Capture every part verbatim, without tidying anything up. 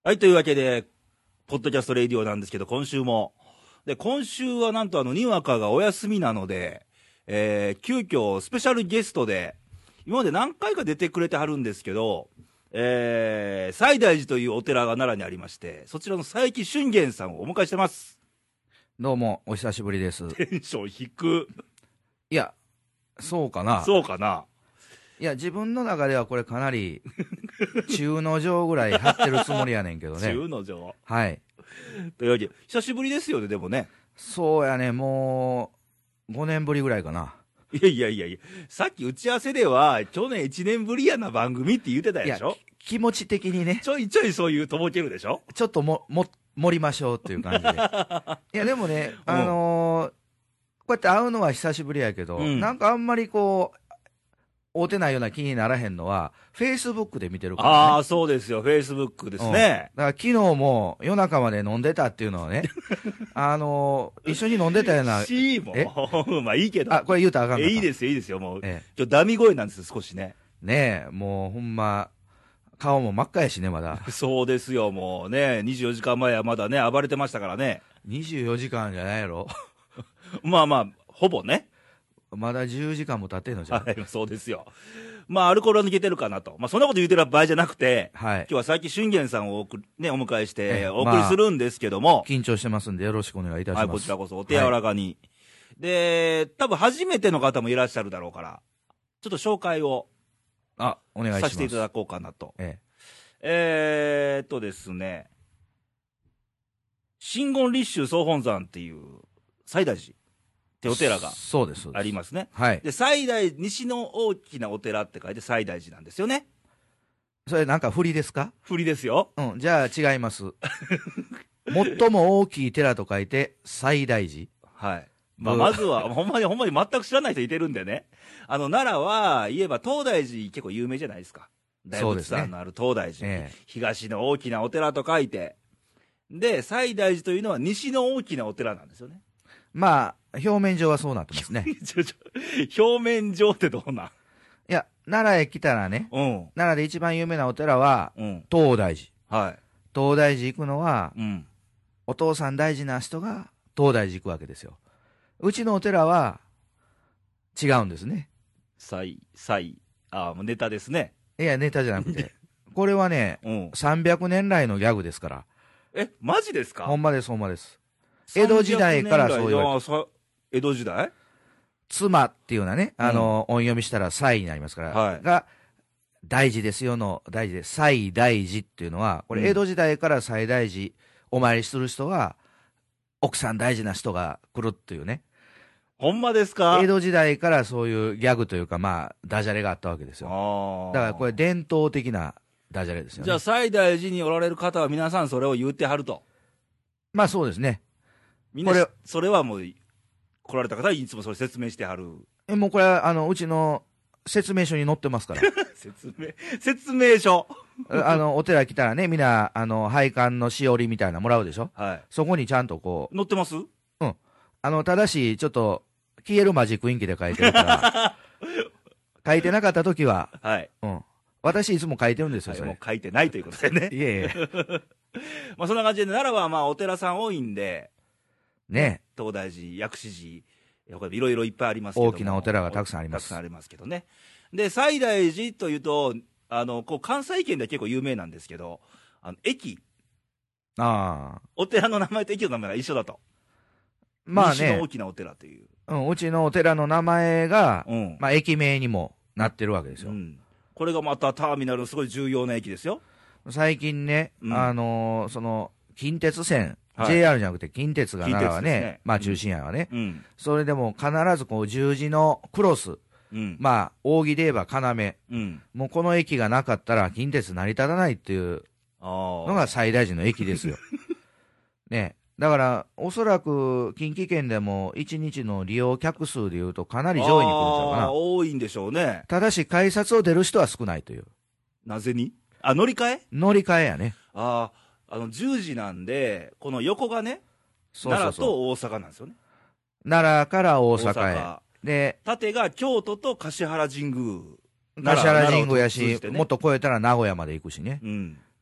はい、というわけで、ポッドキャストレディオなんですけど、今週も。で、今週はなんとあの、にわかがお休みなので、えー、急遽スペシャルゲストで、今まで何回か出てくれてはるんですけど、えー、西大寺というお寺が奈良にありまして、そちらの佐伯俊玄さんをお迎えしてます。 どうも、お久しぶりです。 テンション低く。 いや、そうかな。 そうかな。 いや、自分の中ではこれかなり、中の上ぐらい張ってるつもりやねんけどね。 中の上。 はい。 というわけで、久しぶりですよね、でもね。 そうやね、もう、ごねんぶりぐらいかな。 いやいやいやいや、さっき打ち合わせでは、去年いちねんぶりやな番組って言ってたでしょ。 気持ち的にね。 ちょいちょいそういうとぼけるでしょ。 ちょっとも、も、盛りましょうっていう感じで。いや、でもね、あのー、こうやって会うのは久しぶりやけど、うん、なんかあんまりこう、会うてないような気にならへんのは、フェイスブックで見てるから、ね。 ああ、そうですよ、フェイスブックですね。うん、だから昨日も夜中まで飲んでたっていうのはね、あのー、一緒に飲んでたような。 しーも。まあいいけど。 あ、これ言うたらあかんのか。 いいですよ、いいですよ、もう。ええ、ちょっとダミ声なんですよ、少しね。 ねえ、もうほんま、顔も真っ赤やしね、まだ。 そうですよ、もうね、にじゅうよじかんまえはまだね、暴れてましたからね。 にじゅうよじかんじゃないやろ。 まあまあ、ほぼね。 まだじゅうじかんも経ってんのじゃん。 はい、そうですよ。まあ、アルコールは抜けてるかなと。まあ、そんなこと言うてる場合じゃなくて、はい、今日は佐伯俊玄さんをお、ね、お迎えして、お送りするんですけども、 まあ。緊張してますんで、よろしくお願いいたします。はい、 こちらこそ、お手柔らかに。はい、で、多分初めての方もいらっしゃるだろうから、ちょっと紹介を、 あ、お願いします。 させていただこうかなと。 ええ、えー、っとですね、真言立宗総本山っていう、西大寺。ってお寺がありますね。 はい。 で、西大、西の大きなお寺って書いて西大寺なんですよね。 それなんか振りですか？ 振りですよ。 うん、じゃあ違います。最も大きい寺と書いて西大寺。 はい。まあ、まずは、ほんまにほんまに全く知らない人いてるんでね。あの、奈良は、言えば東大寺結構有名じゃないですか。大仏さんのある東大寺。ね、東の大きなお寺と書いて。で、西大寺というのは西の大きなお寺なんですよね。 まあ、表面上はそうなってますね。 表面上ってどうなん？ いや、奈良へ来たらね、うん、奈良で一番有名なお寺は、うん、東大寺。はい。東大寺行くのは、うん、お父さん大事な人が東大寺行くわけですよ。うちのお寺は、違うんですね。 さい、さい、ああ、ネタですね。 いや、ネタじゃなくて。これはね、うん、さんびゃくねん来のギャグですから。 え、マジですか？ ほんまです、ほんまです。江戸時代からそういう。 江戸時代妻っていうのはね、あの、うん、音読みしたら西になりますから、はい、が、大事ですよの大事で、西大寺っていうのは、これ江戸時代から西大寺お参りする人は、奥さん大事な人が来るっていうね。 ほんまですか？ 江戸時代からそういうギャグというか、まあ、ダジャレがあったわけですよ。だからこれ伝統的なダジャレですよね。 じゃあ、西大寺におられる方は皆さんそれを言ってはると。 まあそうですね。 みんな、これそれはもう、来られた方はいつもそれ説明してはる。 え、もうこれは、あの、うちの説明書に載ってますから。 説明、説明書あの、お寺来たらね、みんな、あの、拝観のしおりみたいなのもらうでしょ？はい。そこにちゃんとこう。 載ってます？ うん。あの、ただし、ちょっと、消えるマジックインキで書いてるから、書いてなかったときは、はい。うん。私いつも書いてるんですよ、はい、それ。 もう書いてないということでね。 いえいえ。 まあそんな感じで、奈良はまあお寺さん多いんで、 ね、 東大寺、薬師寺、いろいろいっぱいありますけども、 大きなお寺がたくさんあります。 たくさんありますけどね。で、西大寺というと、あの、こう関西圏では結構有名なんですけど、あの、駅。 ああ。 お寺の名前と駅の名前が一緒だと。 まあね。 西の大きなお寺という。 うん、うちのお寺の名前が、うん、まあ駅名にもなってるわけですよ。うん。 これがまたターミナルのすごい重要な駅ですよ。 最近ね、うん、あのー、その、近鉄線、はい、ジェイアール じゃなくて近鉄が奈良はね、ね、まあ中心やわね、うん、それでも必ずこう十字のクロス、うん、まあ扇で言えば要、うん、もうこの駅がなかったら近鉄成り立たないっていうのが最大寺の駅ですよ。ね、だからおそらく近畿圏でもいちにちの利用客数でいうとかなり上位に来るんちゃうかな。 多いんでしょうね。 ただし改札を出る人は少ないという。 なぜに？あ、乗り換え？ 乗り換えやね。 ああ。あのじゅうじなんで、この横がね、そうそうそう、奈良と大阪なんですよね。 奈良から大阪へ。 で、縦が京都と橿原神宮。 橿原神宮やし、もっと越えたら名古屋まで行くしね。うん、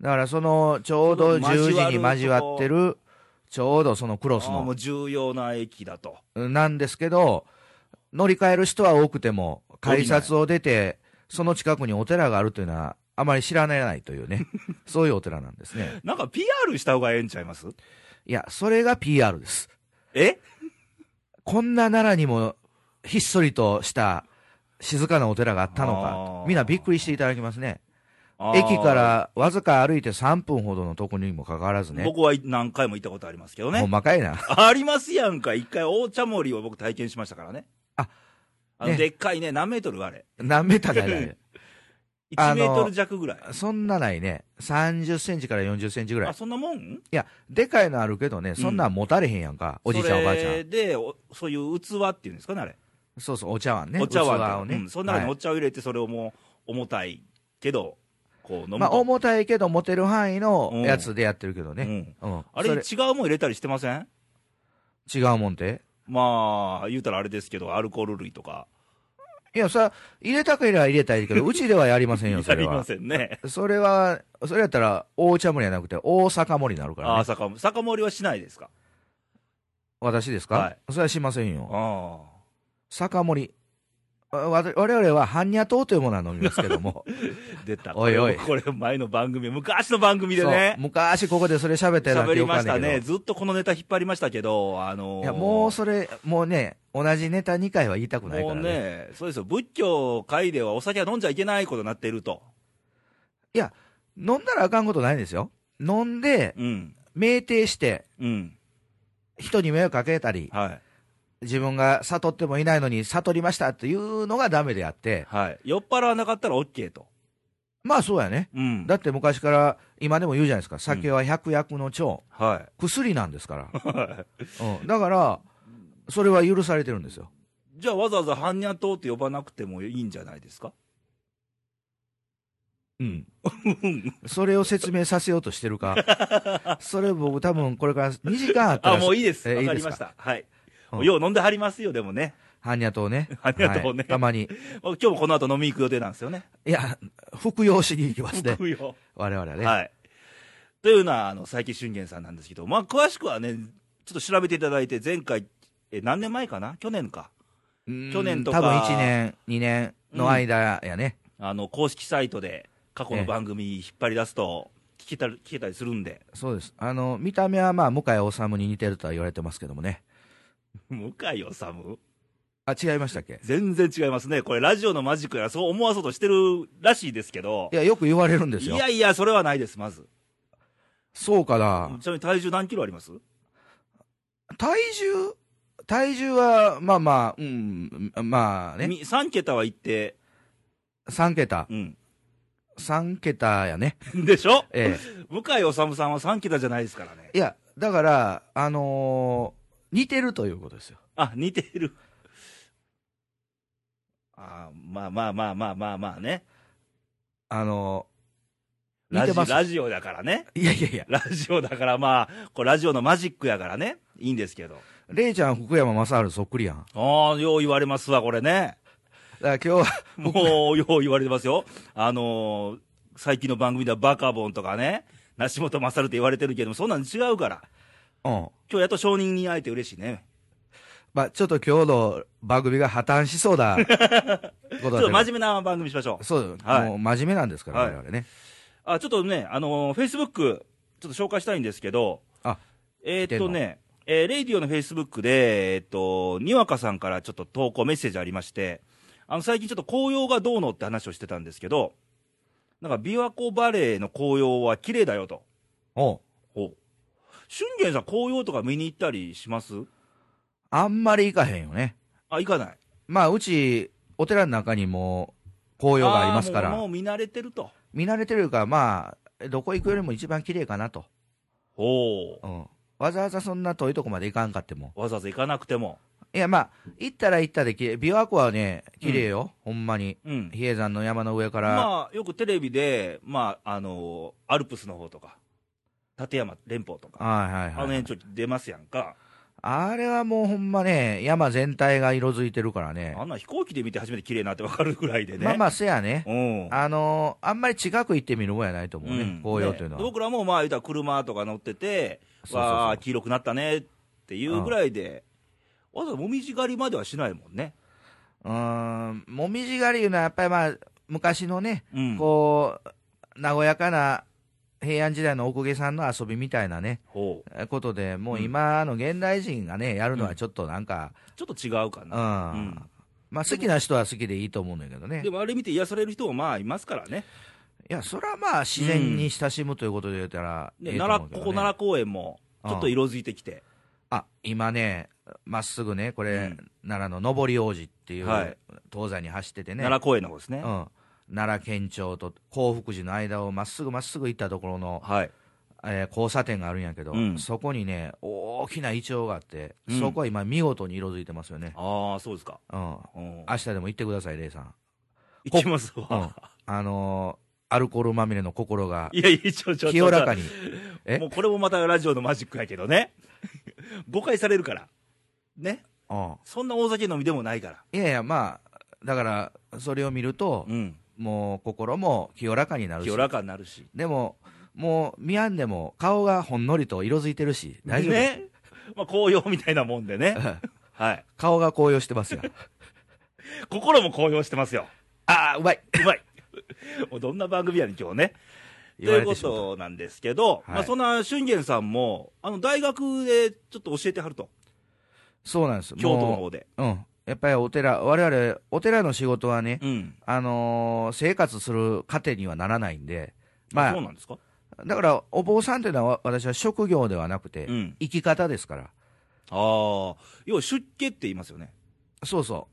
だからそのちょうどじゅうじに交わってるちょうどそのクロスのもう重要な駅だとなんですけど、乗り換える人は多くても改札を出てその近くにお寺があるというのはあまり知らないというねそういうお寺なんですね。 なんか ピーアール した方がええんちゃいます？ いや、それが ピーアール です。 えこんな奈良にもひっそりとした静かなお寺があったのか、みんなびっくりしていただきますね。駅からわずか歩いてさんぷんほどのところにもかかわらずね。 僕は何回も行ったことありますけどね。 ほんまかいな。 ありますやんか。一回大茶森を僕体験しましたからね。 あ、 あのでっかいね、何メートルあれ。 何メートルあれ。 いちメートル弱ぐらい。 そんなないね。さんじゅっセンチからよんじゅっセンチぐらい。 あ、そんなもん？ いや、でかいのあるけどね、そんなん持たれへんやんか。うん、おじいちゃんおばあちゃん。 それで、そういう器っていうんですかね、あれ。 そうそう、お茶碗ね。 お茶碗をね。 うん、その中にお茶を入れて、それをもう重たいけど、こう飲むと。 まあ、重たいけど持てる範囲のやつでやってるけどね。 うん。うん、あれ、違うもん入れたりしてません？ 違うもんって？ まあ、言うたらあれですけど、アルコール類とか。 いや、さ、入れたければ入れたいけど、うちではやりませんよ、それは。 やりませんね。 それは、それやったら、大茶盛りじゃなくて、大阪盛りになるからね。 ああ、酒盛り。酒盛りはしないですか？ 私ですか？はい。それはしませんよ。 ああ。 酒盛り。わ我々は般若糖というものは飲みますけども。 出た。 おいおい。 これ前の番組、昔の番組でね。 昔ここでそれ喋ってた喋りましたね。ずっとこのネタ引っ張りましたけど、あのー、 いや、もうそれ、もうね、同じネタにかいは言いたくないからね。もうね、 そうですよ。仏教界ではお酒は飲んじゃいけないことになっていると。 いや、飲んだらあかんことないんですよ。飲んで、うん、酩酊して、うん、人に迷惑かけたり、はい、自分が悟ってもいないのに悟りましたっていうのがダメであって、 はい、酔っ払わなかったら OK と。 まあそうやね、うん、だって昔から今でも言うじゃないですか、酒は百薬の長、うん、はい、薬なんですから、うん、だからそれは許されてるんですよ。 じゃあわざわざ般若糖って呼ばなくてもいいんじゃないですか？ うん、それを説明させようとしてるかそれ僕多分これからにじかんあったらあ、もういいです、わ、えー、かりました、はい、うん、よう飲んではりますよ、でもね、 般若糖ね、 般若糖ね、はい、 たまに今日もこの後飲み行く予定なんですよね。 いや、服用しに行きますね、 服用、 我々はね、 はい、というのはあの佐伯俊玄さんなんですけど、まあ詳しくはねちょっと調べていただいて、前回え何年前かな、去年か、去年とか多分いちねんにねんの間やね、 うん、あの公式サイトで過去の番組引っ張り出すと聞けたり、聞けたりするんで。 そうです。あの見た目はまあ向井理に似てるとは言われてますけどもね。 向井理？ あ、違いましたっけ？ 全然違いますね。これラジオのマジックやそう思わそうとしてるらしいですけど。 いや、よく言われるんですよ。 いやいや、それはないです、まず。 そうかな。 ちなみに体重何キロあります？ 体重体重はまあまあ、うん、まあね、 さん桁はいってさん桁、うん、さん桁やね。 でしょ、 ええ、 向井理さんはさん桁じゃないですからね。 いや、だから、あのー、似てるということですよ。 あ、似てる。あ、まあまあまあまあまあまあね。 あのー、ラジオ、ラジオだからね。 いやいやいや。 ラジオだからまあ、これラジオのマジックやからね。いいんですけど。 レイちゃん、福山雅治そっくりやん。 ああ、よう言われますわ、これね。 だから今日は。 もう、よう言われてますよ。あのー、最近の番組ではバカボンとかね、梨本勝って言われてるけども、そんなん違うから。うん。今日やっと承認に会えて嬉しいね。 まあ、ちょっと今日の番組が破綻しそうだ。 ちょっと真面目な番組しましょう。 そう、はい、もう真面目なんですから、我々ね。 あ、ちょっとね、あのー、フェイスブック、ちょっと紹介したいんですけど、 あ、 えー、っとね、えー、レイディオのフェイスブックで、えー、っと、にわかさんからちょっと投稿、メッセージありまして、あの、最近ちょっと紅葉がどうのって話をしてたんですけど、なんか、琵琶湖バレーの紅葉は綺麗だよと。 おう。 おう。俊玄さん、紅葉とか見に行ったりします？ あんまり行かへんよね。 あ、行かない。 まあ、うち、お寺の中にも紅葉がありますから。 もう、もう見慣れてると。 見慣れてるか、まあ、どこ行くよりも一番綺麗かなと。 おう。 うん。わざわざそんな遠いとこまで行かんかっても。 わざわざ行かなくても。 いや、まあ、行ったら行ったで綺麗。琵琶湖はね、綺麗よ、うん、ほんまに。うん。比叡山の山の上から。 まあ、よくテレビで、まあ、あのー、アルプスの方とか、立山連峰とか、 はいはいはい、 あの辺ちょっと出ますやんか。 あれはもうほんまね、山全体が色づいてるからね。 あんな飛行機で見て初めて綺麗になって分かるぐらいでね。 まあまあ、せやね。 うん。 あのー、あんまり近く行ってみるもんやないと思うね、うん、紅葉というのは。 僕らもまあ、言うたら車とか乗ってて、わあ、黄色くなったねっていうぐらいで、うん、わざわざもみじ狩りまではしないもんね。 うーん、もみじ狩りいうのはやっぱりまあ、昔のね、うん、こう、和やかな、平安時代のお公家さんの遊びみたいなね、ことで、もう今の現代人がね、やるのはちょっとなんか、 うん、ちょっと違うかな。 うん。うん、まあ好きな人は好きでいいと思うんだけどね。 でもあれ見て癒される人もまあいますからね。 いや、それはまあ自然に親しむということで言ったら、 うん、ね、奈良、ここ奈良公園もちょっと色づいてきて。うん、 あ、今ね、まっすぐね、これ、うん、奈良の上り王子っていう、はい、東西に走っててね。 奈良公園の方ですね。 うん奈良県庁と興福寺の間をまっすぐまっすぐ行ったところの、 はいえー、交差点があるんやけど、うん、そこにね、大きなイチョウがあって、うん、そこは今、見事に色づいてますよね。 ああ、そうですか。 うん。明日でも行ってください、レイさん。 行きますわ。 うん、あのー、アルコールまみれの心が、 いやいや、ちょちょ清らかに。 えもうこれもまたラジオのマジックやけどね。誤解されるから。ね。 うん。 そんな大酒飲みでもないから。 いやいや、まあ、だから、それを見ると、うんもう心も清らかになるし、 清らかになるしでも、もう見やんでも顔がほんのりと色づいてるし、大丈夫ね、まあ、紅葉みたいなもんでね、はい、 顔が紅葉してますよ、 心も紅葉してますよ、 ああ、うまい、 うまい、もうどんな番組やねん、今日ね。ということなんですけど、はいまあ、そんな俊元さんも、あの大学でちょっと教えてはると、 そうなんです、 京都の方で。 うんやっぱりお寺、我々お寺の仕事はね、うん、あのー、生活する糧にはならないんで、 まあ、そうなんですか。 だからお坊さんというのは私は職業ではなくて、うん、生き方ですから。ああ、要は出家って言いますよね。 そうそう。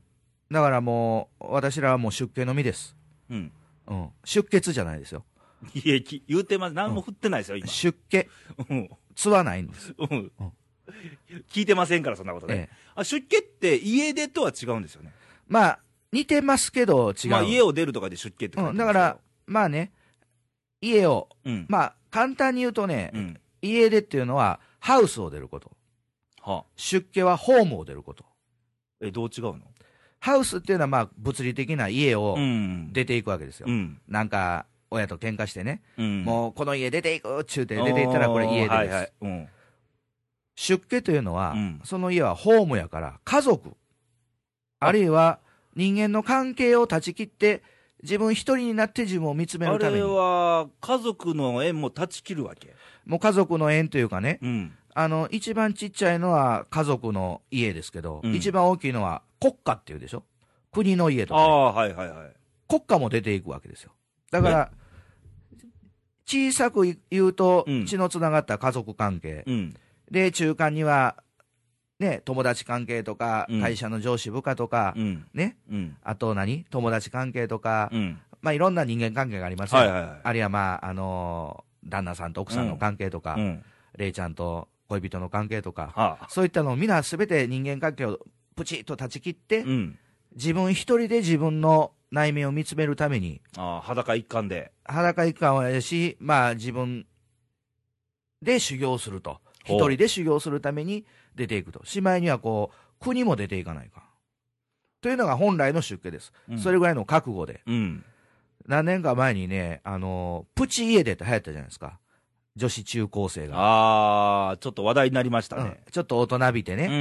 だからもう私らはもう出家のみです。うん、うん、出血じゃないですよ。 いや言うてます。何も振ってないですよ、今。 出家、うん、つわないんです。うんうん聞いてませんから、そんなことね。ええ、あ出家って家出とは違うんですよね。 まあ、似てますけど違う。 まあ、家を出るとかで出家って書いてますけど、 うん、だから、まあね、家を、うん、まあ、簡単に言うとね、うん、家出っていうのは、ハウスを出ること。はあ、出家はホームを出ること。 え、どう違うの？ ハウスっていうのは、まあ、物理的な家を出ていくわけですよ。うん、なんか、親と喧嘩してね、うん、もうこの家出ていくっちゅうて出ていったら、これ家出です。はいはいうん、出家というのは、うん、その家はホームやから、家族、あるいは人間の関係を断ち切って、自分一人になって自分を見つめるために。 あれは家族の縁も断ち切るわけ？ もう家族の縁というかね、うん、あの一番ちっちゃいのは家族の家ですけど、うん、一番大きいのは国家っていうでしょ、国の家とか、ね、 あ、はいはいはい、 国家も出ていくわけですよ。だから小さく言うと、うん、血のつながった家族関係、うんで中間には、ね、友達関係とか、うん、会社の上司部下とか、うん、ねうん、あと何友達関係とか、うんまあ、いろんな人間関係がありますよ、はいはいはい、あるいは、まああのー、旦那さんと奥さんの関係とか、うん、レイちゃんと恋人の関係とか、はあ、そういったのをみんなすべて人間関係をプチッと断ち切って、うん、自分一人で自分の内面を見つめるために、 あ裸一貫で裸一貫はやし、まあ、自分で修行すると。一人で修行するために出ていくと。しまいにはこう、国も出ていかないか。というのが本来の出家です。うん、それぐらいの覚悟で。うん、何年か前にね、あのー、プチ家出って流行ったじゃないですか。女子中高生が。 あー、ちょっと話題になりましたね。うん、 ちょっと大人びてね、うん。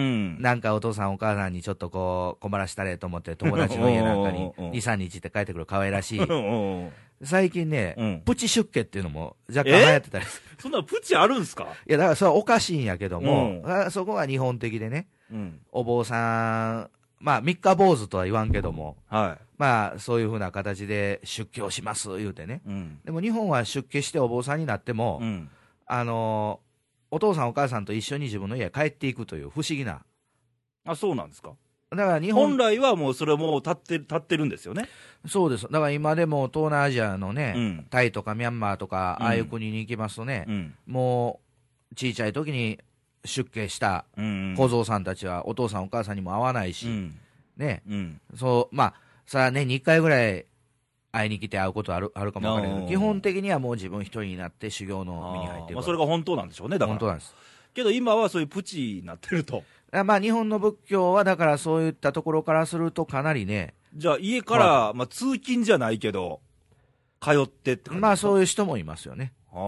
なんかお父さんお母さんにちょっとこう、困らしたれと思って友達の家なんかにに、さんにちって帰ってくる可愛らしい。最近ね、うん、プチ出家っていうのも若干流行ってたりする。 そんなプチあるんすか？ いや、だからそれはおかしいんやけども、うん、そこが日本的でね、うん、お坊さん、まあ三日坊主とは言わんけども、はい、まあそういうふうな形で出家をします言うてね、うん、でも日本は出家してお坊さんになっても、うん、あのお父さんお母さんと一緒に自分の家へ帰っていくという不思議な。 あ、そうなんですか？ だから日本本来はもうそれもう立ってる、立ってるんですよね。 そうです。だから今でも東南アジアのね、うん、タイとかミャンマーとか、ああいう国に行きますとね、うん、もう小さい時に出家した小僧さんたちはお父さんお母さんにも会わないし、うん、ね、うん、そう、まあ、さあね、にいっかいぐらい会いに来て会うことある、あるかもわからないけど、基本的にはもう自分一人になって修行の身に入ってる。 まあ、それが本当なんでしょうね、だから。 本当なんです。 けど今はそういうプチになってると。 まあ日本の仏教はだからそういったところからするとかなりね。 じゃあ家から、まあ、まあ、通勤じゃないけど、通ってって感じ。 まあそういう人もいますよね。 ああ、うん、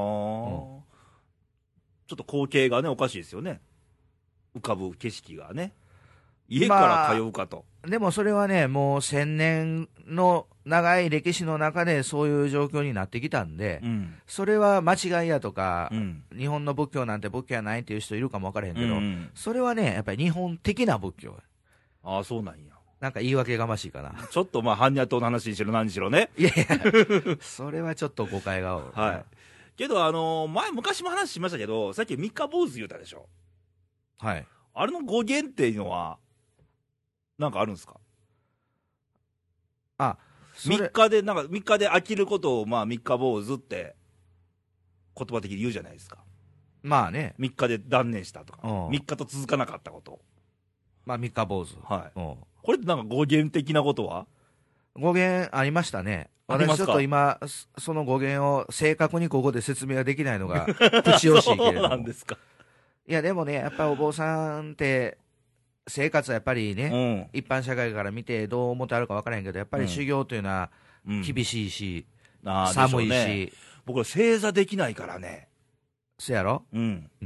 ちょっと光景がね、おかしいですよね。浮かぶ景色がね。家から通うかと。 まあ、でもそれはね、もう千年の長い歴史の中でそういう状況になってきたんで、うん、それは間違いやとか、うん、日本の仏教なんて仏教やないっていう人いるかも分からへんけど、うん、それはね、やっぱり日本的な仏教。 ああ、そうなんや。 なんか言い訳がましいかな。 ちょっとまあ、般若党の話にしろ何にしろね。 いやいや、それはちょっと誤解が多い。 はい。けど、あのー、前、昔も話しましたけど、さっき三日坊主言うたでしょ。 はい。 あれの語源っていうのは、なんかあるんですか？ あ、 みっかで、なんかみっかで飽きることを、まあ、三日坊主って言葉的に言うじゃないですか。 まあね。 みっかで断念したとか、みっかと続かなかったこと。 まあ、三日坊主。 はい。これってなんか語源的なことは？ 語源ありましたね。私ちょっと今、その語源を正確にここで説明ができないのが口惜しいけれども。 そうなんですか。 いや、でもね、やっぱりお坊さんって、生活はやっぱりね、うん、一般社会から見てどう思ってあるか分からへんけど、やっぱり修行というのは厳しいし、うん、寒いし、ね、 僕は正座できないからね。 そやろ、 うんうん、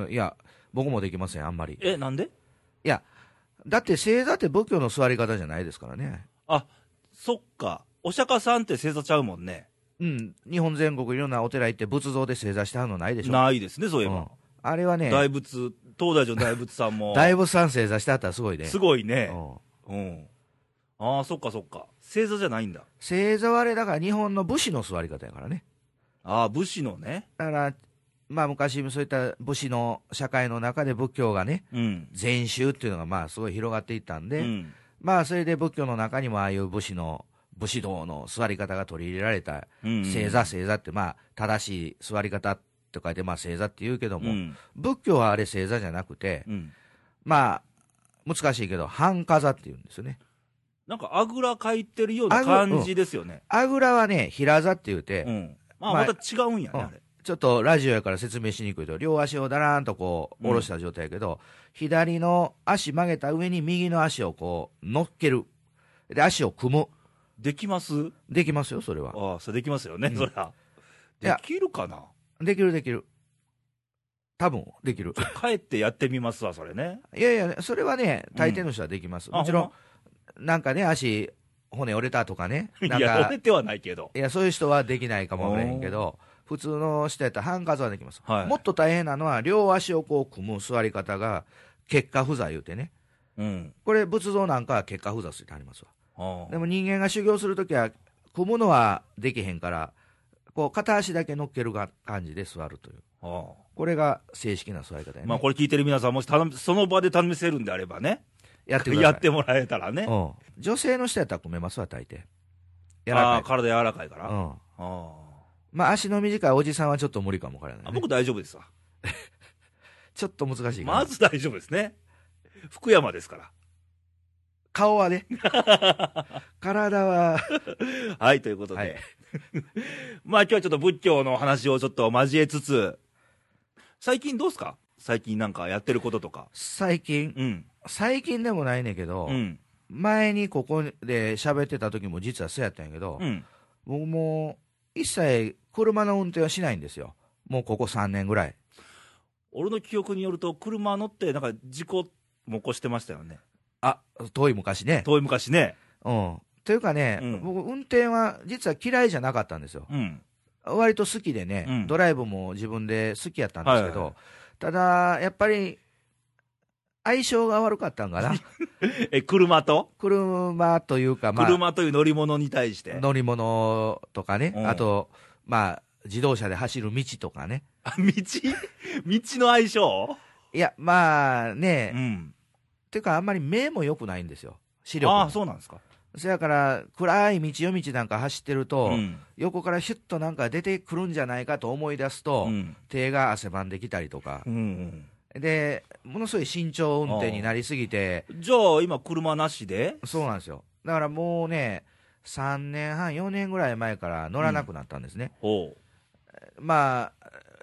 いや、僕もできません、あんまり。 え、なんで？ いや、だって正座って仏教の座り方じゃないですからね。 あ、そっか、お釈迦さんって正座ちゃうもんね。 うん、日本全国いろんなお寺行って仏像で正座してはるのないでしょ。 ないですね、そういえば。うん、 あれはね、 大仏、東大寺の大仏さんも。 大仏さん正座してはったらすごいね。 すごいね。うん。うん、ああ、そっかそっか。正座じゃないんだ。 正座はあれ、だから日本の武士の座り方やからね。 ああ、武士のね。 だから、まあ昔そういった武士の社会の中で仏教がね、うん、禅宗っていうのがまあすごい広がっていったんで、うん、まあそれで仏教の中にもああいう武士の、武士道の座り方が取り入れられた、正座正座ってまあ正しい座り方って書いてまあ正座って言うけども、うん、仏教はあれ正座じゃなくて、うん、まあ難しいけど半跏座って言うんですよね。 なんかあぐらかいてるような感じですよね。 あぐらはね平座って言うて、うん、 まあまた違うんやね、まあ、あれ。 ちょっとラジオやから説明しにくいと、両足をだらーんとこう下ろした状態やけど、うん、左の足曲げた上に右の足をこう乗っける。で、足を組む。 できます？ できますよ、それは。 ああ、それできますよね、うん、そりゃ。できるかな？ できるできる。多分できる。 帰ってやってみますわ、それね。 いやいや、それはね、大抵の人はできます。うん、もちろん、なんかね、足、骨折れたとかね。なんかいや、折れてはないけど。 いや、そういう人はできないかもわからへんけど、普通の人やったら半跏座はできます、はい、もっと大変なのは両足をこう組む座り方が結跏趺坐言うてね、うん、これ仏像なんかは結跏趺坐ついてありますわ。でも人間が修行するときは組むのはできへんからこう片足だけ乗っける感じで座るという、これが正式な座り方やね。 まあこれ聞いてる皆さんもしその場で試せるんであればね、 やってください。 やってもらえたらね、 うん、女性の人やったら組めますわ大抵。 柔らかい。ああ、体柔らかいから。うん、ああ、まあ足の短いおじさんはちょっと無理かもわからない、ね、 僕大丈夫ですわ。 ちょっと難しいかな。 まず大丈夫ですね。福山ですから。 顔はね。体は。 はい、ということで。はい、まあ今日はちょっと仏教の話をちょっと交えつつ、最近どうすか？最近なんかやってることとか。 最近、うん、最近でもないねんけど、うん、前にここで喋ってた時も実はそうやったんやけど、うん、僕も一切車の運転はしないんですよ。もうここさんねんぐらい。 俺の記憶によると車乗ってなんか事故も起こしてましたよね。 あ、遠い昔ね。 遠い昔ね。 うん。というかね、うん、僕運転は実は嫌いじゃなかったんですよ。うん、割と好きでね、うん、ドライブも自分で好きやったんですけど、はいはいはい、ただやっぱり相性が悪かったんかな。 え、車と車というか、まあ、 車という乗り物に対して乗り物とかね、うん、あとまあ自動車で走る道とかね。 あ、道道の相性？ いや、まあね、うん、っていうかあんまり目も良くないんですよ、視力も。 ああ、そうなんですか。 そやから暗い道夜道なんか走ってると、うん、横からヒュッとなんか出てくるんじゃないかと思い出すと、うん、手が汗ばんできたりとか、うんうん、でものすごい慎重運転になりすぎて。 じゃあ今車なしで？ そうなんですよ。だからもうねさんねんはんよねんぐらい前から乗らなくなったんですね、うん、まあ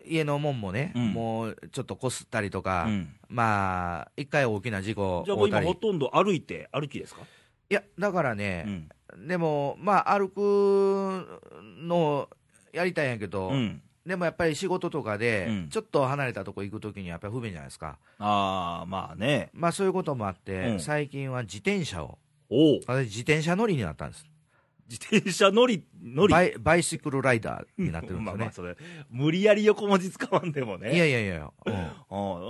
家のもんもね、 うん、 もうちょっとこすったりとか、 うん、 まあ、一回大きな事故じゃあもう今、ほとんど歩いて、歩きですか？ いや、だからね、 うん、 でも、まあ、歩くのやりたいんやけど、うん、でもやっぱり仕事とかで、ちょっと離れたとこ行くときにはやっぱり不便じゃないですか。 ああ、まあね。 まあそういうこともあって、うん、最近は自転車を、お私、自転車乗りになったんです。 自転車乗り、乗りバイ、バイシクルライダーになってるんですよね。まあまあそれ、 無理やり横文字使わんでもね。 いやいやいや、 うん、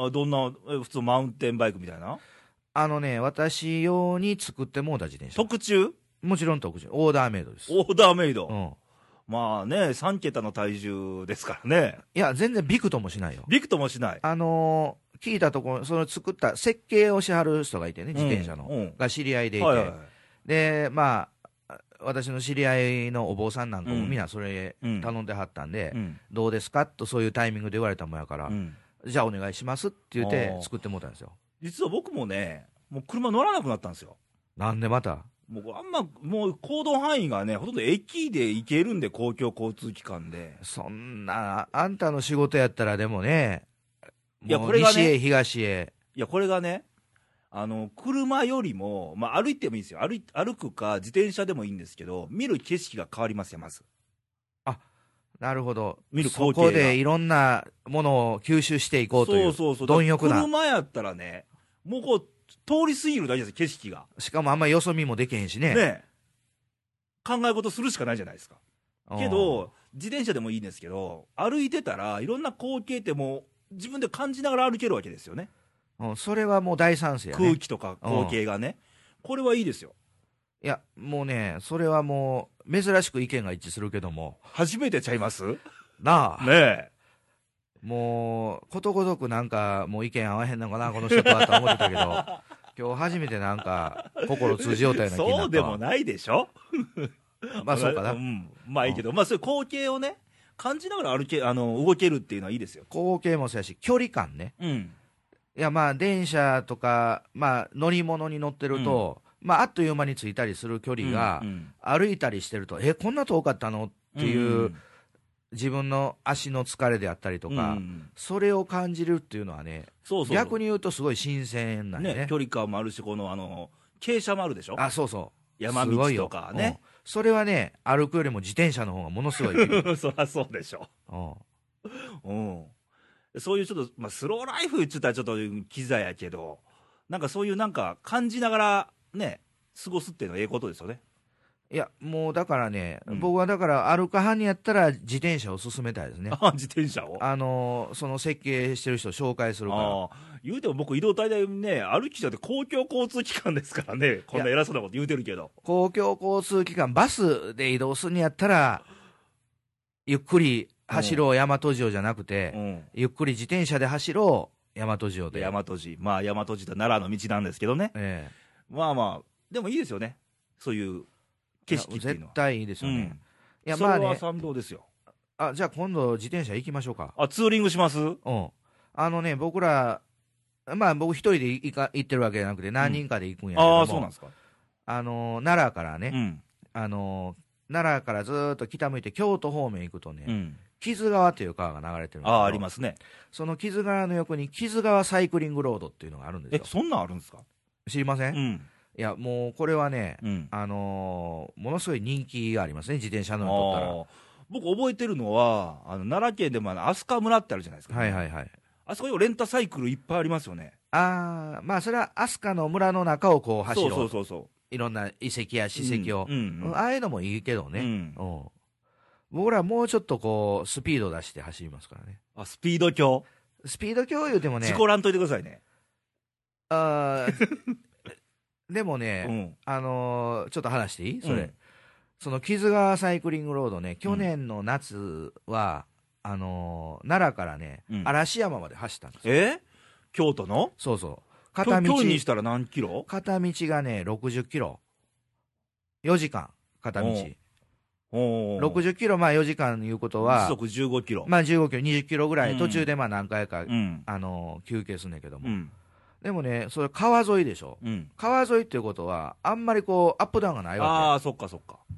あどんな、普通マウンテンバイクみたいな？ あのね、私用に作ってもうた自転車。 特注？ もちろん特注。オーダーメイドです。 オーダーメイド。 うん。 まあね、さん桁の体重ですからね。 いや、全然ビクともしないよ。 ビクともしない。 あのー、聞いたところ、その作った設計をしはる人がいてね、自転車の。うんうん、が知り合いでいて。はいはいはい、で、まあ、私の知り合いのお坊さんなんかもみんなそれ頼んではったんで、うん、どうですかとそういうタイミングで言われたもんやから、うん、じゃあお願いしますって言って作ってもらったんですよ。 実は僕もね、もう車乗らなくなったんですよ。 なんでまた？ もうあんま、もう行動範囲がね、ほとんど駅で行けるんで、公共交通機関で。 そんな、あんたの仕事やったらでもね、いや、これがね、西へ東へ。 いや、これがね、あの、車よりも、まあ歩いてもいいんですよ。歩い、歩くか自転車でもいいんですけど、見る景色が変わりますよ、まず。 あ、なるほど。 見る光景が。 そこでいろんなものを吸収していこうという。 そうそうそう。 貪欲な。 車やったらね、もうこう、通り過ぎるだけです、景色が。 しかもあんまりよそ見もできへんしね。 ね考え事するしかないじゃないですか。けど、自転車でもいいんですけど、歩いてたらいろんな光景ってもう自分で感じながら歩けるわけですよね。 うん、それはもう大賛成やね。 空気とか光景がね。これはいいですよ。 いや、もうね、それはもう珍しく意見が一致するけども。 初めてちゃいます？ なあ。 ねえ。 もう、ことごとくなんか、もう意見合わへんのかな、この人とはと思ってたけど、今日初めてなんか、心通じようたような気になったわ。 そうでもないでしょまあそうかな。 うん。まあいいけど、うん、まあそういう光景をね、感じながら歩け、あの、動けるっていうのはいいですよ。 光景もそうやし、距離感ね。 うん。 いや、まあ電車とか、まあ乗り物に乗ってると、うん、まああっという間に着いたりする距離が、うんうん、歩いたりしてると、え、こんな遠かったのっていう、うんうん自分の足の疲れであったりとか、うん、それを感じるっていうのはね、そうそうそう逆に言うとすごい新鮮なんねね。距離感もあるし、このあの傾斜もあるでしょ。 あ、そうそう。 山道とかね、うん。 それはね、歩くよりも自転車の方がものすごいそりゃそうでしょ。うん。うん。そういうちょっと、まあ、スローライフって言ったらちょっとキザやけど、なんかそういうなんか感じながらね、過ごすっていうのはええことですよね。 いや、もうだからね、うん、僕はだから歩く派にやったら自転車を勧めたいですね。 あ、自転車をあのー、その設計してる人を紹介するから。あ言うても僕移動体でね、歩きちゃって公共交通機関ですからね、こんな偉そうなこと言うてるけど。 公共交通機関、バスで移動するにやったら、ゆっくり走ろう大和路じゃなくて、うん、ゆっくり自転車で走ろう大和路で。 大和路。まあ大和路と奈良の道なんですけどね。ええ、まあまあ、でもいいですよね。そういう。景色っていうのは絶対いいですよね。うん、いやまあね、それは賛同ですよ。 あ、じゃあ今度自転車行きましょうか。 あ、ツーリングします？うん。 あのね、僕ら、まあ僕一人で行か行ってるわけじゃなくて何人かで行くんやけども、うん、ああ、そうなんですか。あの、奈良からね、うん、あの、奈良からずーっと北向いて京都方面行くとね、うん、木津川という川が流れてるんですよ。 ああ、ありますね。 その木津川の横に木津川サイクリングロードっていうのがあるんですよ。 え、そんなんあるんですか？ 知りません？うん。いや、もうこれはね、うん、あのー、ものすごい人気がありますね、自転車のにとったら。 僕、覚えてるのは、あの奈良県でも飛鳥村ってあるじゃないですか、ね。 はいはいはい。 あそこにレンタサイクルいっぱいありますよね。 ああ、まあ、それは飛鳥の村の中をこう走る。 そうそうそうそう。 いろんな遺跡や史跡を。うんうんうん、ああいうのもいいけどね。うんうん、僕らもうちょっとこう、スピード出して走りますからね。 あ、スピード強。 スピード強言うてもね。 事故らんといてくださいね。 ああ。でもね、うん、あのー、ちょっと話していいそれ。うん、その木津川サイクリングロードね、去年の夏は、うん、あのー、奈良からね、うん、嵐山まで走ったんですよ。 え京都のそうそう。 片道。距離にしたら何キロ？ 片道がね、ろくじゅっキロ。よじかん、片道。おろくじゅっキロ、まあよじかんいうことは。 時速じゅうごキロ。 まあじゅうごキロ、にじゅっキロぐらい、途中でまあ何回か、うん、あのー、休憩すんねんけども。うんでもね、それ川沿いでしょ、うん、川沿いっていうことは、あんまりこう、アップダウンがないわけ。 ああ、そっかそっか。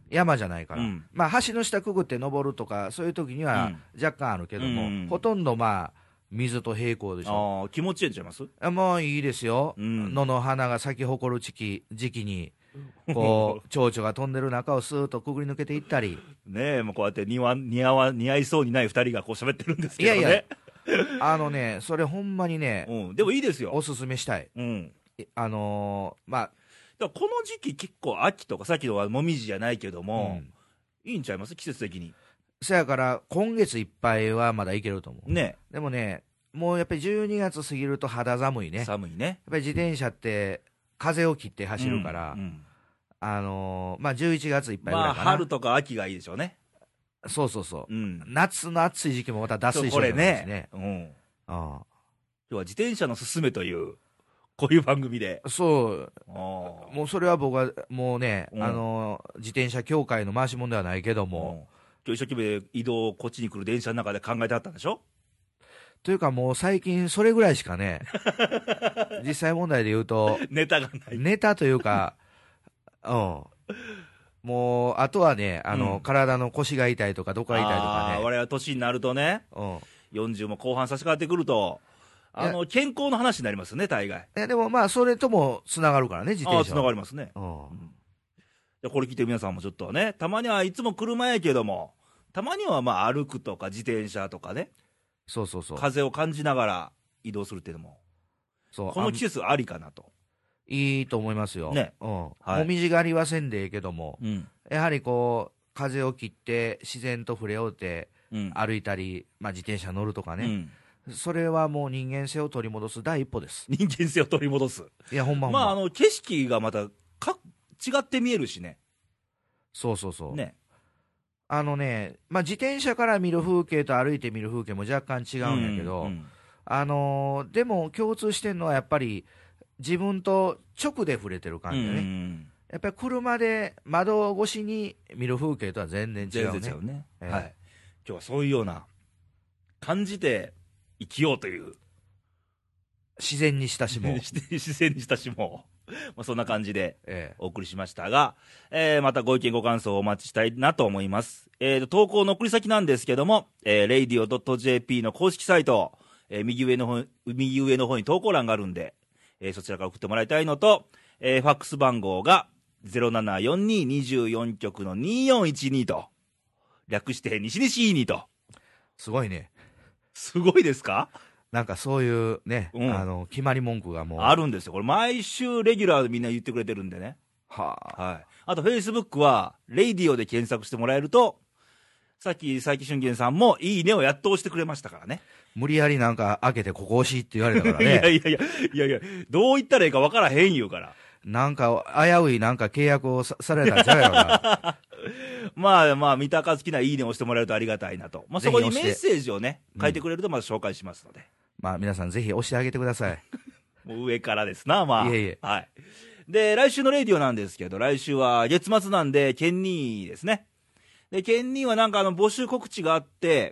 山じゃないから、 うん、 まあ橋の下くぐって登るとかそういう時には若干あるけども、うん、ほとんどまあ水と平行でしょ。 あ、気持ちいいんちゃいます？ もういいですよ、うん、野の花が咲き誇る時期時期にこう蝶々が飛んでる中をスーッとくぐり抜けていったりねえ、もうこうやって似合似合わ似合いそうにないふたりがこう喋ってるんですけどね。いやいやあのねそれほんまにね、 うん、でもいいですよ、 おすすめしたい、うん、あのー、まあだからこの時期結構秋とかさっきのはもみじじゃないけども、うん、いいんちゃいます？季節的に。 そやから今月いっぱいはまだいけると思うね。 でもねもうやっぱりじゅうにがつ過ぎると肌寒いね。 寒いね。やっぱり自転車って風を切って走るから、うんうん、あのー、まあじゅういちがついっぱいぐらいかな。 まあ春とか秋がいいでしょうね。 そうそうそう、うん、夏の暑い時期もまた脱水症状なんですね。 これね、うん、ああ今日は自転車のすすめというこういう番組で。 そうもうそれは僕はもうね、うん、あのー、自転車協会の回し者ではないけども、 うん、今日一生懸命移動こっちに来る電車の中で考えてあったんでしょ。 というかもう最近それぐらいしかね実際問題で言うとネタがない。 ネタというかうんもうあとはねあの、うん、体の腰が痛いとかどこが痛いとかね。 我々年になるとね、うん、よんじゅうも後半差し掛かってくるとあの健康の話になりますよね大概。 いやでもまあそれともつながるからね自転車は。あつながりますね、うんうん、じゃこれ聞いて皆さんもちょっとねたまにはいつも車やけどもたまにはまあ歩くとか自転車とかねそうそうそう風を感じながら移動するっていうのもそうこの季節ありかなと。 いいと思いますよ、 ねうんはい、もみじ狩りはせんでええけども、うん、やはりこう風を切って自然と触れ合うて、うん、歩いたり、まあ、自転車乗るとかね、うん、それはもう人間性を取り戻す第一歩です。 人間性を取り戻す。 いやほんまほんま、 まあ、あの景色がまたか違って見えるしね。 そうそうそうねあのね、まあ、自転車から見る風景と歩いて見る風景も若干違うんやけど、うんうん、あのー、でも共通してるのはやっぱり自分と直で触れてる感じでね、うんうん、やっぱり車で窓越しに見る風景とは全然違うね。 全然違うね、えーはい、今日はそういうような感じて生きようという自然に親しもう自然に親しもうまあそんな感じでお送りしましたが、えー、またご意見ご感想をお待ちしたいなと思います。えー、投稿の送り先なんですけども、えー、レイディオ ドット ジェーピー の公式サイト、えー、右上の方右上の方に投稿欄があるんで、えー、そちらから送ってもらいたいのと、えー、ファックス番号が ゼロななよんに にじゅうよん 局のによんいちにと略して西西いいにと。 すごいね。 すごいですか。 なんかそういうね、うん、あの決まり文句がもうあるんですよ。これ毎週レギュラーでみんな言ってくれてるんでね。 はあ、 はい。あとフェイスブックはレイディオで検索してもらえると、さっき佐伯俊玄さんもいいねをやっと押してくれましたからね。 無理やりなんか開けてここ押しって言われたからね。いやいやいやいやいや、どう言ったらいいか分からへん言うから。 なんか危ういなんか契約を さ, されたんちゃうやろな。 まあまあ見たか好きないいねを押してもらえるとありがたいなと。まあそこにメッセージをね書いてくれるとまず紹介しますので。うん、 まあ皆さんぜひ押してあげてください。 もう上からですな、まあ。 いえいえ。 はい。で、来週のレイディオなんですけど、来週は月末なんで、ケンニーですね。で、ケンニーはなんかあの募集告知があって、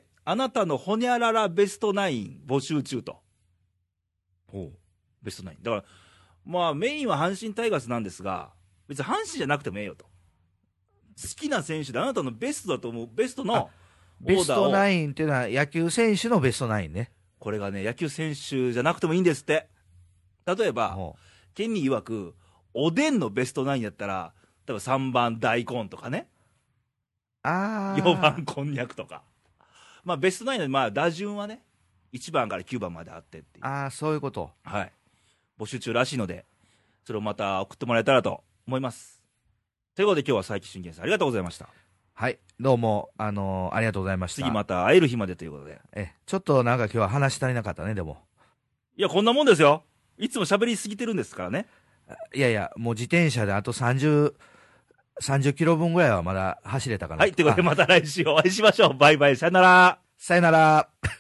あなたのホニャララベストナイン募集中と。 ほう。 ベストナイン。だから、まあメインは阪神タイガースなんですが、別に阪神じゃなくてもええよと。好きな選手であなたのベストだと思う、ベストのオーダーを。 ベストナインっていうのは野球選手のベストナインね。 これがね、野球選手じゃなくてもいいんですって。例えば、ケンニー曰く、おでんのベストナインやったら、例えばさんばん大根とかね。 あよんばんこんにゃくとか。まあベストナインのまあ打順はね、いちばんからきゅうばんまであってっていう。 ああ、そういうこと。 はい。募集中らしいので、それをまた送ってもらえたらと思います。ということで今日は佐伯俊玄さんありがとうございました。 はい、どうも、あのー、ありがとうございました。 次また会える日までということで。 え、ちょっとなんか今日は話し足りなかったね、でも。 いや、こんなもんですよ。いつも喋りすぎてるんですからね。 いやいや、もう自転車であとさんじゅう、さんじゅっキロぶんぐらいはまだ走れたかな。 はい、ということでまた来週お会いしましょう。バイバイ、さよなら。 さよなら。